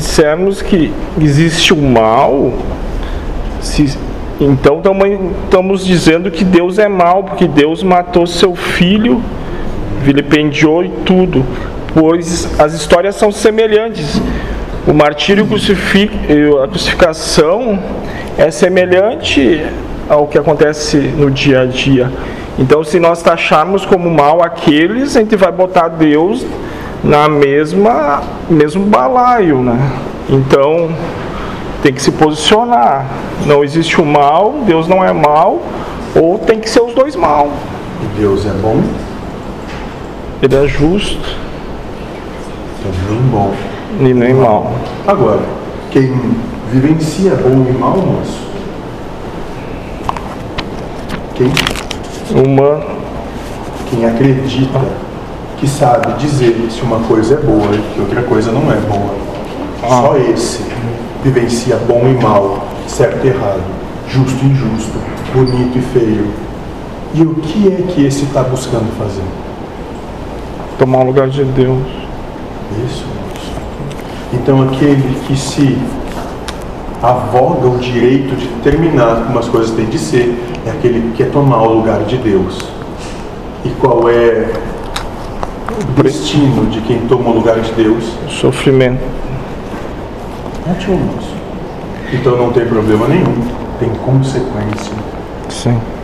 dissermos que existe o mal, então estamos dizendo que Deus é mau, porque Deus matou seu filho, vilipendiou e tudo, pois as histórias são semelhantes. O martírio e a crucificação é semelhante ao que acontece no dia a dia. Então, se nós taxarmos como mal aqueles, a gente vai botar Deus na mesmo balaio, né? Então, tem que se posicionar. Não existe o mal, Deus não é mal, ou tem que ser os dois mal. E Deus é bom? Ele é justo. Então, nem bom. E nem mal. Agora, quem vivencia bom e mal, moço? Quem? Quem acredita que sabe dizer se uma coisa é boa e que outra coisa não é boa. Só esse vivencia bom e mal, certo e errado, justo e injusto, bonito e feio. E o que é que esse está buscando fazer? Tomar o lugar de Deus. Isso, moço. Então aquele que se avoga o direito de determinar como as coisas têm de ser, é aquele que quer tomar o lugar de Deus. E qual é o destino de quem toma o lugar de Deus? Sofrimento. Ótimo, moço. Então não tem problema nenhum, tem consequência. Sim.